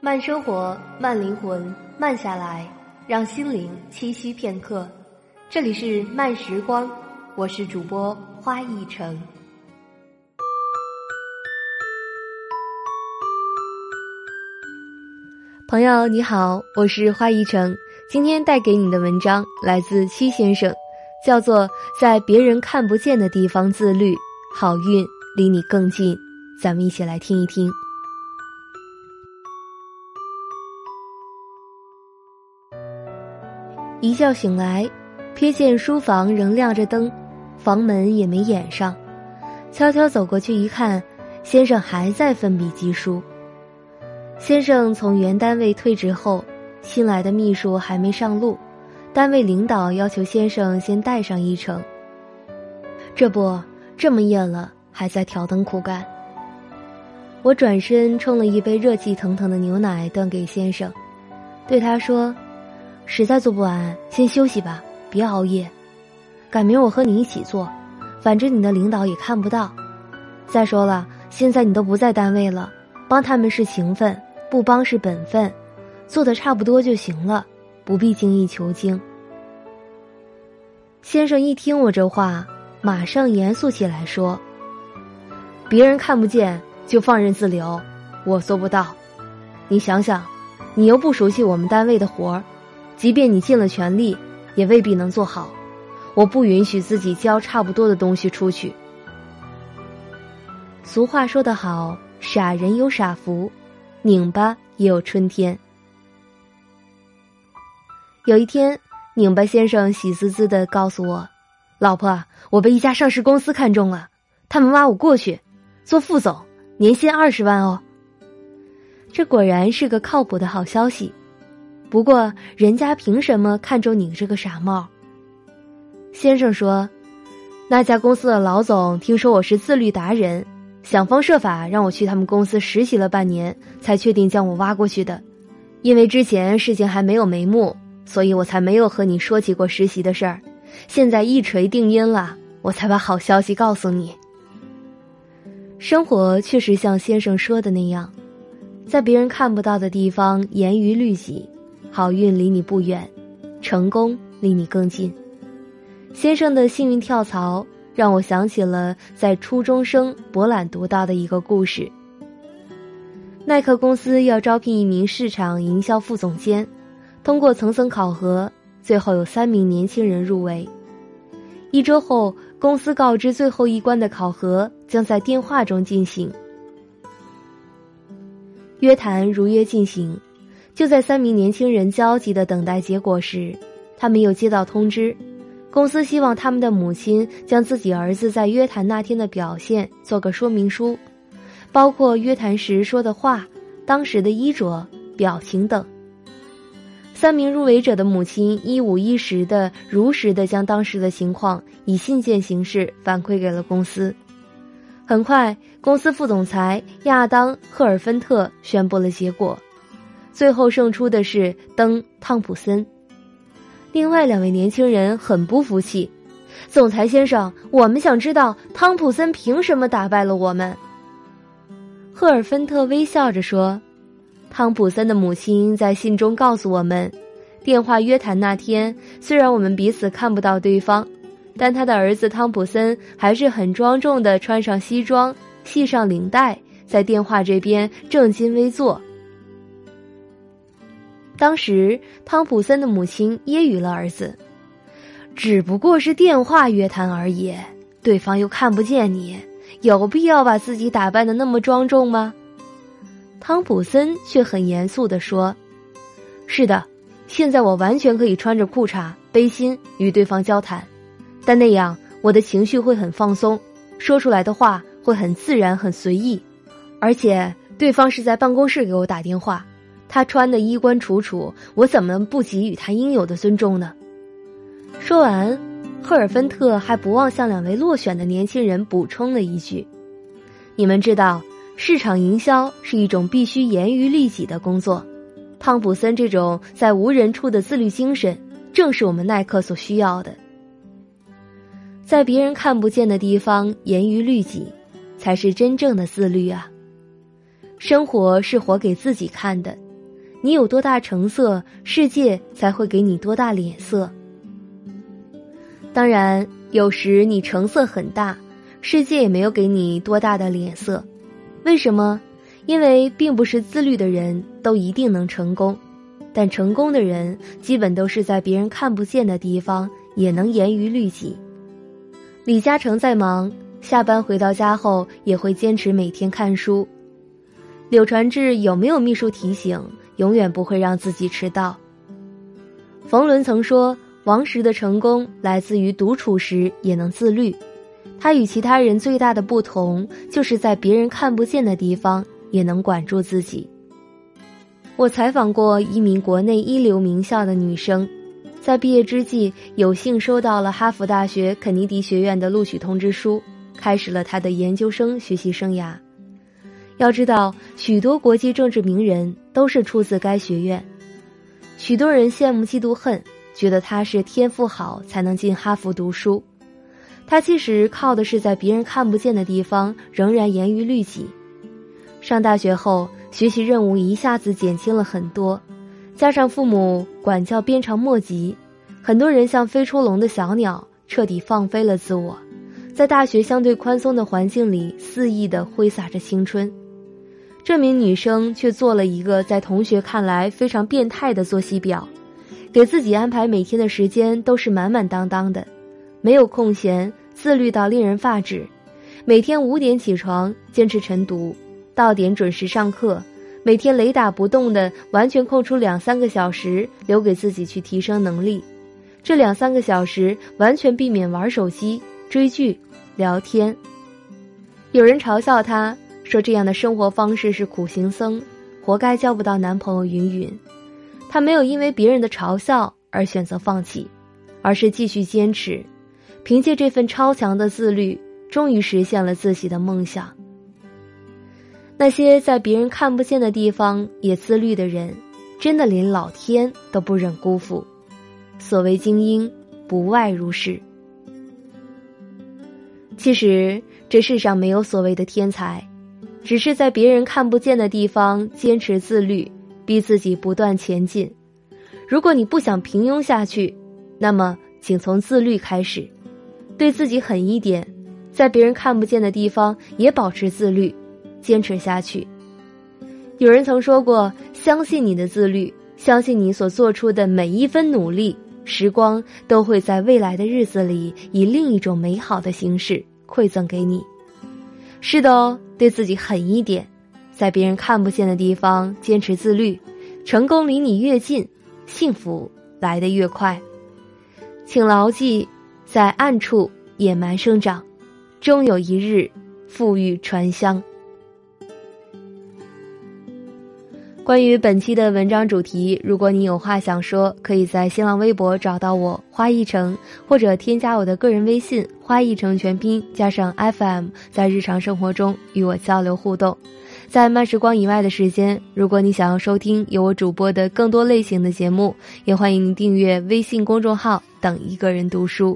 慢生活，慢灵魂，慢下来，让心灵栖息片刻。这里是慢时光，我是主播花一城。朋友你好，我是花一城。今天带给你的文章来自七先生，叫做在别人看不见的地方自律，好运离你更近。咱们一起来听一听。一觉醒来，瞥见书房仍亮着灯，房门也没掩上，悄悄走过去一看，先生还在奋笔疾书。先生从原单位退职后，新来的秘书还没上路，单位领导要求先生先带上一程。这不，这么夜了还在挑灯苦干。我转身冲了一杯热气腾腾的牛奶端给先生，对他说，实在做不完先休息吧，别熬夜，改明我和你一起做，反正你的领导也看不到。再说了，现在你都不在单位了，帮他们是情分，不帮是本分，做得差不多就行了，不必精益求精。先生一听我这话，马上严肃起来说，别人看不见就放任自流，我做不到。你想想，你又不熟悉我们单位的活儿，即便你尽了全力，也未必能做好。我不允许自己交差不多的东西出去。俗话说得好，傻人有傻福，拧巴也有春天。有一天，拧巴先生喜滋滋地告诉我，老婆，我被一家上市公司看中了，他们挖我过去做副总，年薪20万哦。这果然是个靠谱的好消息。不过人家凭什么看中你这个傻帽？先生说，那家公司的老总听说我是自律达人，想方设法让我去他们公司实习了半年，才确定将我挖过去的。因为之前事情还没有眉目，所以我才没有和你说起过实习的事儿。现在一锤定音了，我才把好消息告诉你。生活确实像先生说的那样，在别人看不到的地方严于律己，好运离你不远，成功离你更近。先生的幸运跳槽让我想起了在初中生博览读到的一个故事。耐克公司要招聘一名市场营销副总监，通过层层考核，最后有3名年轻人入围。1周后，公司告知最后一关的考核将在电话中进行。约谈如约进行，就在3名年轻人焦急地等待结果时，他们又接到通知，公司希望他们的母亲将自己儿子在约谈那天的表现做个说明书，包括约谈时说的话、当时的衣着、表情等。3名入围者的母亲一五一十的、如实的将当时的情况以信件形式反馈给了公司。很快，公司副总裁亚当·赫尔芬特宣布了结果，最后胜出的是登·汤普森。另外2位年轻人很不服气，总裁先生，我们想知道汤普森凭什么打败了我们。赫尔芬特微笑着说，汤普森的母亲在信中告诉我们，电话约谈那天，虽然我们彼此看不到对方，但他的儿子汤普森还是很庄重地穿上西装，系上领带，在电话这边正襟危坐。当时汤普森的母亲揶揄了儿子，只不过是电话约谈而已，对方又看不见你，有必要把自己打扮得那么庄重吗？汤普森却很严肃地说，是的，现在我完全可以穿着裤衩背心与对方交谈，但那样我的情绪会很放松，说出来的话会很自然很随意，而且对方是在办公室给我打电话，他穿得衣冠楚楚，我怎么不给予他应有的尊重呢？说完，赫尔芬特还不忘向2位落选的年轻人补充了一句，你们知道市场营销是一种必须严于律己的工作，汤普森这种在无人处的自律精神正是我们耐克所需要的。在别人看不见的地方严于律己，才是真正的自律啊。生活是活给自己看的， 你有多大成色，世界才会给你多大脸色。当然，有时你成色很大，世界也没有给你多大的脸色。为什么？因为并不是自律的人都一定能成功，但成功的人基本都是在别人看不见的地方也能严于律己。李嘉诚再忙，下班回到家后也会坚持每天看书。柳传志有没有秘书提醒，永远不会让自己迟到。冯仑曾说，王石的成功来自于独处时也能自律。他与其他人最大的不同，就是在别人看不见的地方也能管住自己。我采访过一名国内一流名校的女生，在毕业之际有幸收到了哈佛大学肯尼迪学院的录取通知书，开始了她的研究生学习生涯。要知道，许多国际政治名人都是出自该学院，许多人羡慕嫉妒恨，觉得她是天赋好才能进哈佛读书。她其实靠的是在别人看不见的地方仍然严于律己。上大学后，学习任务一下子减轻了很多，加上父母管教鞭长莫及，很多人像飞出笼的小鸟，彻底放飞了自我，在大学相对宽松的环境里肆意地挥洒着青春。这名女生却做了一个在同学看来非常变态的作息表，给自己安排每天的时间都是满满当当的，没有空闲，自律到令人发指。每天5点起床，坚持晨读，到点准时上课，每天雷打不动的完全空出2-3个小时留给自己去提升能力。这2-3个小时完全避免玩手机、追剧、聊天。有人嘲笑她，说这样的生活方式是苦行僧，活该交不到男朋友云云。她没有因为别人的嘲笑而选择放弃，而是继续坚持，凭借这份超强的自律，终于实现了自己的梦想。那些在别人看不见的地方也自律的人，真的连老天都不忍辜负。所谓精英，不外如是。其实这世上没有所谓的天才，只是在别人看不见的地方坚持自律，逼自己不断前进。如果你不想平庸下去，那么请从自律开始，对自己狠一点，在别人看不见的地方也保持自律，坚持下去。有人曾说过，相信你的自律，相信你所做出的每一分努力，时光都会在未来的日子里以另一种美好的形式馈赠给你。是的哦，对自己狠一点，在别人看不见的地方坚持自律，成功离你越近，幸福来得越快。请牢记，在暗处野蛮生长，终有一日富裕传香。关于本期的文章主题，如果你有话想说，可以在新浪微博找到我花一城，或者添加我的个人微信花一城全拼加上 FM， 在日常生活中与我交流互动。在慢时光以外的时间，如果你想要收听由我主播的更多类型的节目，也欢迎你订阅微信公众号等一个人读书。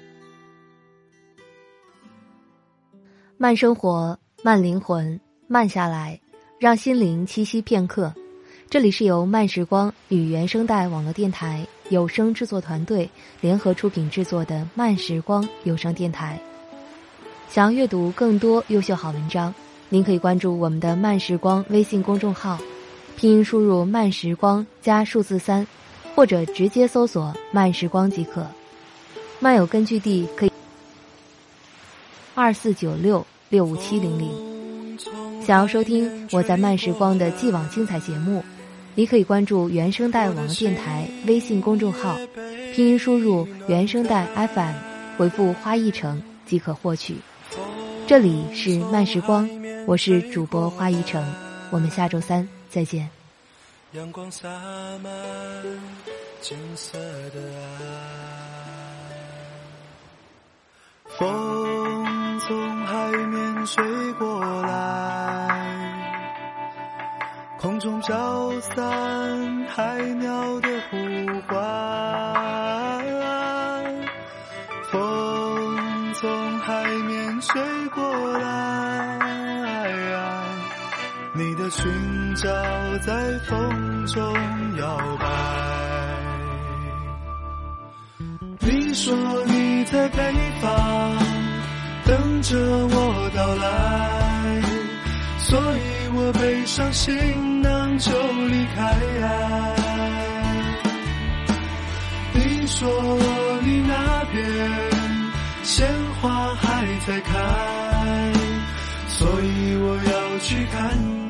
慢生活，慢灵魂，慢下来，让心灵栖息片刻。这里是由慢时光与原声带网络电台有声制作团队联合出品制作的慢时光有声电台。想要阅读更多优秀好文章，您可以关注我们的慢时光微信公众号，拼音输入慢时光加数字3，或者直接搜索慢时光即可。漫友根据地可以2496-65700。想要收听我在慢时光的既往精彩节目，你可以关注原声带网络电台微信公众号，拼音输入原声带 FM， 回复花一城即可获取。这里是慢时光，我是主播花一城，我们下周3再见。 阳光洒满金色的爱，风从海面吹过来，空中飘散海鸟的呼唤，风从海面吹过来， 你的裙角在风中摇摆。你说你在北方等着我到来，所以我背上行囊就离开。你说你那边鲜花还在开，所以我要去看